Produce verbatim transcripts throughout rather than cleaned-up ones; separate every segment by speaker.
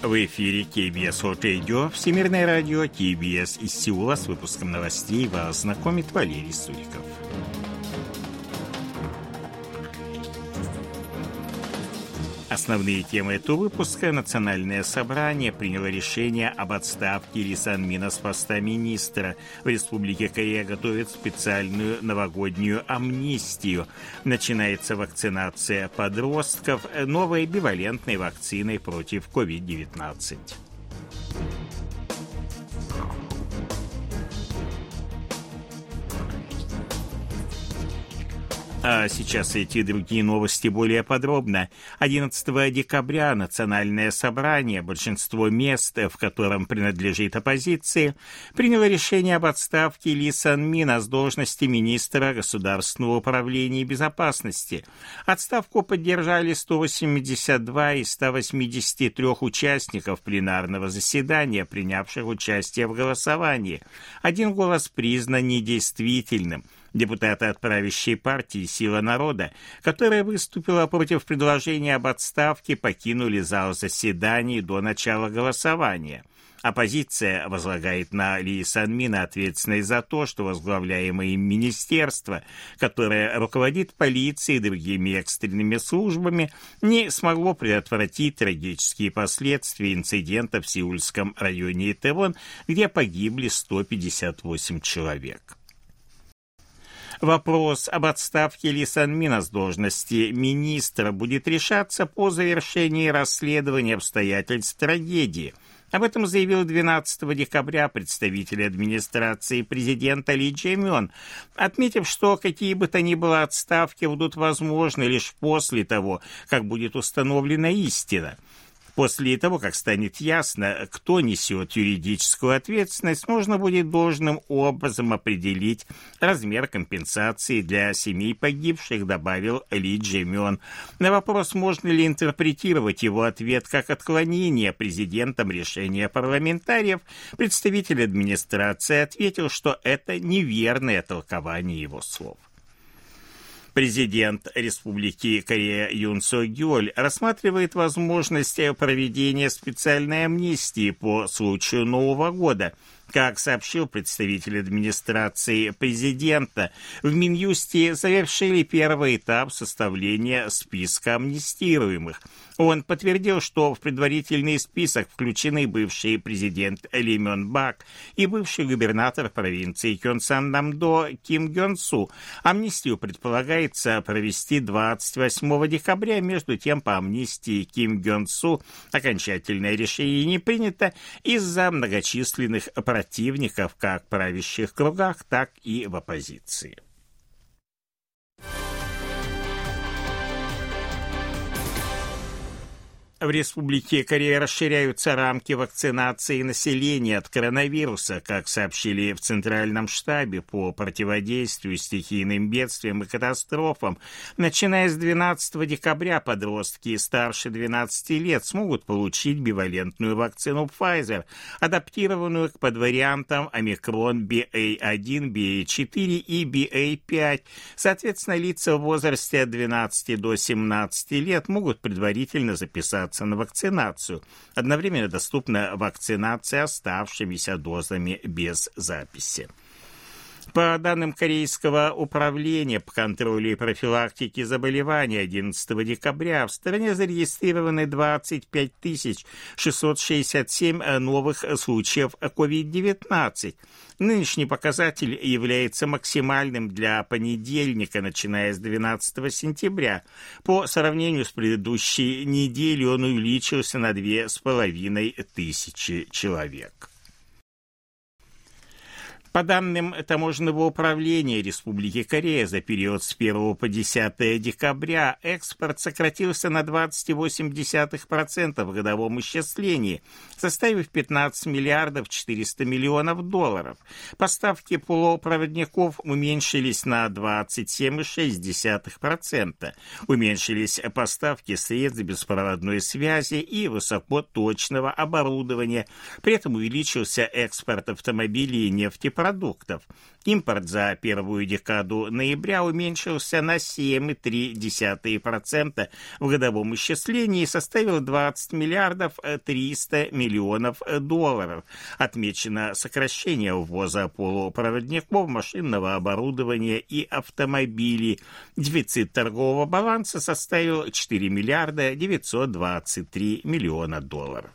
Speaker 1: В эфире кей би эс World Radio, Всемирное радио, кей би эс из Сеула. С выпуском новостей вас знакомит Валерий Суриков. Основные темы этого выпуска. Национальное собрание приняло решение об отставке Ри Сан-мина с поста министра. В Республике Корея готовят специальную новогоднюю амнистию. Начинается вакцинация подростков новой бивалентной вакциной против ковид девятнадцать. А сейчас эти и другие новости более подробно. одиннадцатого декабря Национальное собрание, большинство мест, в котором принадлежит оппозиции, приняло решение об отставке Ри Сан-мина с должности министра государственного управления и безопасности. Отставку поддержали сто восемьдесят два из ста восьмидесяти трёх участников пленарного заседания, принявших участие в голосовании. Один голос признан недействительным. Депутаты от правящей партии «Сила народа», которая выступила против предложения об отставке, покинули зал заседаний до начала голосования. Оппозиция возлагает на Ри Сан-мина ответственность за то, что возглавляемое им министерство, которое руководит полицией и другими экстренными службами, не смогло предотвратить трагические последствия инцидента в сеульском районе Итэвон, где погибли сто пятьдесят восемь человек. Вопрос об отставке Ри Сан-мина с должности министра будет решаться по завершении расследования обстоятельств трагедии. Об этом заявил двенадцатого декабря представитель администрации президента Ли Чжэ-мён, отметив, что какие бы то ни было отставки будут возможны лишь после того, как будет установлена истина. После того, как станет ясно, кто несет юридическую ответственность, можно будет должным образом определить размер компенсации для семей погибших, добавил Ли Чжэ-мён. На вопрос, можно ли интерпретировать его ответ как отклонение президентом решения парламентариев, представитель администрации ответил, что это неверное толкование его слов. Президент Республики Корея Юн Сок-гёль рассматривает возможность проведения специальной амнистии по случаю Нового года. Как сообщил представитель администрации президента, в Минюсте завершили первый этап составления списка амнистируемых. Он подтвердил, что в предварительный список включены бывший президент Ли Мён Бак и бывший губернатор провинции Кёнсан-Намдо Ким Гён-су. Амнистию предполагается провести двадцать восьмого декабря. Между тем, по амнистии Ким Гён-су окончательное решение не принято из-за многочисленных противников как в правящих кругах, так и в оппозиции. В Республике Корея расширяются рамки вакцинации населения от коронавируса, как сообщили в Центральном штабе по противодействию стихийным бедствиям и катастрофам. Начиная с двенадцатого декабря подростки старше двенадцати лет смогут получить бивалентную вакцину Pfizer, адаптированную к подвариантам омикрон би эй один, би эй четыре и би эй пять. Соответственно, лица в возрасте от двенадцати до семнадцати лет могут предварительно записаться на вакцинацию. Одновременно доступна вакцинация оставшимися дозами без записи. По данным Корейского управления по контролю и профилактике заболеваний одиннадцатого декабря в стране зарегистрированы двадцать пять тысяч шестьсот шестьдесят семь новых случаев ковид девятнадцать. Нынешний показатель является максимальным для понедельника, начиная с двенадцатого сентября. По сравнению с предыдущей неделей он увеличился на две с половиной тысячи человек. По данным Таможенного управления Республики Корея, за период с первого по десятое декабря экспорт сократился на двадцать восемь десятых процента в годовом исчислении, составив пятнадцать миллиардов четыреста миллионов долларов. Поставки полупроводников уменьшились на двадцать семь целых шесть десятых процента. Уменьшились поставки средств беспроводной связи и высокоточного оборудования. При этом увеличился экспорт автомобилей и нефтепродуктов. продуктов. Импорт за первую декаду ноября уменьшился на семь целых три десятых процента в годовом исчислении и составил двадцать миллиардов триста миллионов долларов. Отмечено сокращение ввоза полупроводников, машинного оборудования и автомобилей. Дефицит торгового баланса составил четыре миллиарда девятьсот двадцать три миллиона долларов.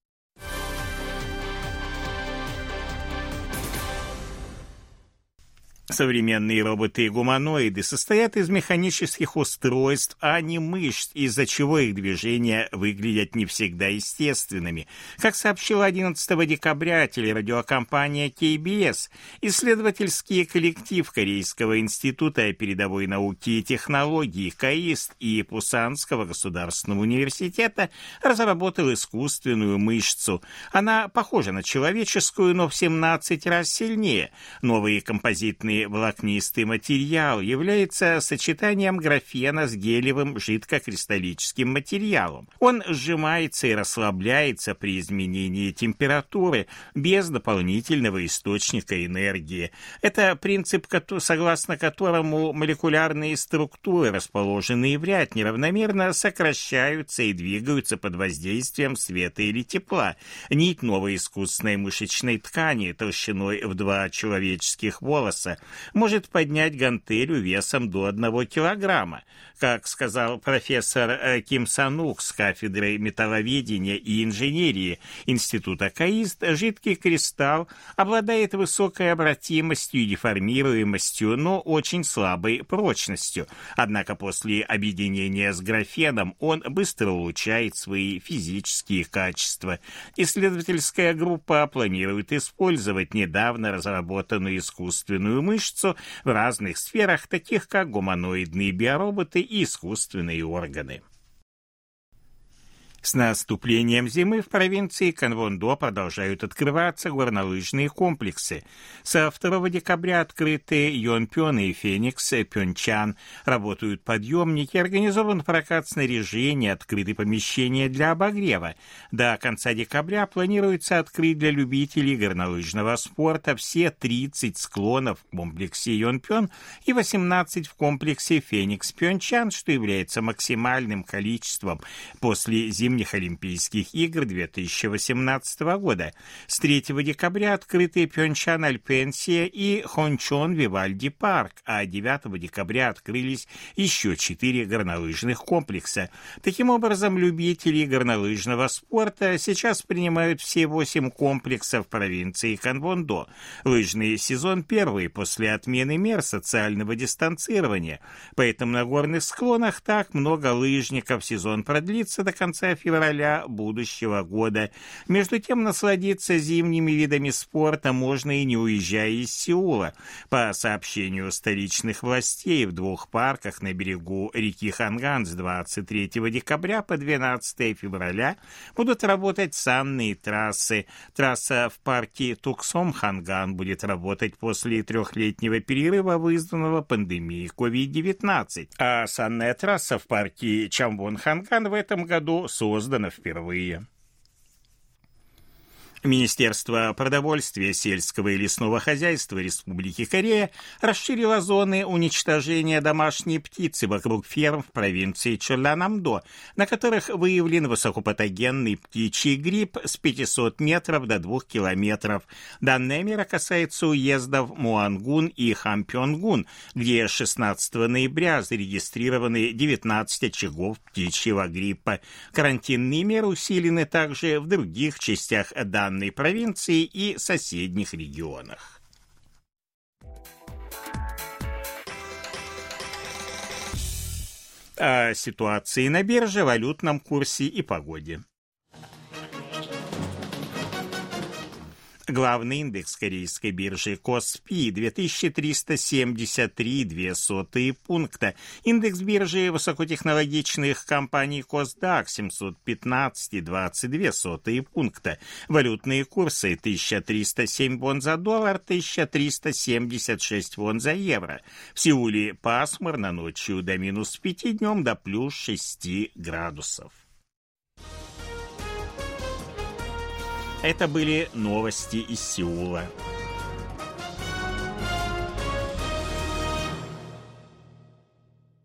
Speaker 1: Современные роботы и гуманоиды состоят из механических устройств, а не мышц, из-за чего их движения выглядят не всегда естественными. Как сообщила одиннадцатого декабря телерадиокомпания кей би эс, исследовательский коллектив Корейского института передовой науки и технологий КАИСТ и Пусанского государственного университета разработал искусственную мышцу. Она похожа на человеческую, но в семнадцать раз сильнее. Новые композитные волокнистый материал является сочетанием графена с гелевым жидкокристаллическим материалом. Он сжимается и расслабляется при изменении температуры без дополнительного источника энергии. Это принцип, согласно которому молекулярные структуры, расположенные в ряд, неравномерно сокращаются и двигаются под воздействием света или тепла. Нить новой искусственной мышечной ткани толщиной в два человеческих волоса может поднять гантелю весом до одного килограмма. Как сказал профессор Ким Санук с кафедры металловедения и инженерии Института КАИСТ, жидкий кристалл обладает высокой обратимостью и деформируемостью, но очень слабой прочностью. Однако после объединения с графеном он быстро улучшает свои физические качества. Исследовательская группа планирует использовать недавно разработанную искусственную мышцу в разных сферах, таких как гуманоидные биороботы и искусственные органы. С наступлением зимы в провинции Канвон-до продолжают открываться горнолыжные комплексы. Со второго декабря открыты Йонпён и Феникс, Пёнчан. Работают подъемники, организован прокат снаряжения, открыты помещения для обогрева. До конца декабря планируется открыть для любителей горнолыжного спорта все тридцать склонов в комплексе Йонпён и восемнадцать в комплексе Феникс-Пёнчан, что является максимальным количеством после зимы зимних Олимпийских игр две тысячи восемнадцатого года. С третьего декабря открыты Пьончан Альпенсия и Хончон Вивальди парк, а девятого декабря открылись еще четыре горнолыжных комплекса. Таким образом, любители горнолыжного спорта сейчас принимают все восемь комплексов провинции Канвон-до. Лыжный сезон первый после отмены мер социального дистанцирования. Поэтому на горных склонах так много лыжников. Сезон продлится до конца февраля будущего года. Между тем, насладиться зимними видами спорта можно и не уезжая из Сеула. По сообщению столичных властей, в двух парках на берегу реки Ханган с двадцать третьего декабря по двенадцатого февраля будут работать санные трассы. Трасса в парке Туксом-Ханган будет работать после трехлетнего перерыва, вызванного пандемией ковид девятнадцать, а санная трасса в парке Чамвон-Ханган в этом году создана впервые. Министерство продовольствия, сельского и лесного хозяйства Республики Корея расширило зоны уничтожения домашней птицы вокруг ферм в провинции Чолланамдо, на которых выявлен высокопатогенный птичий грипп с пятисот метров до двух километров. Данная мера касается уездов Муангун и Хампёнгун, где шестнадцатого ноября зарегистрированы девятнадцать очагов птичьего гриппа. Карантинные меры усилены также в других частях данной провинции и соседних регионах. О ситуации на бирже, валютном курсе и погоде. Главный индекс корейской биржи Коспи две тысячи триста семьдесят три целых две сотых пункта. Индекс биржи высокотехнологичных компаний Косдак семьсот пятнадцать целых двадцать две сотых пункта. Валютные курсы: тысяча триста семь вон за доллар, тысяча триста семьдесят шесть вон за евро. В Сеуле пасмурно, ночью до минус пяти, днем до плюс шести градусов. Это были новости из Сеула.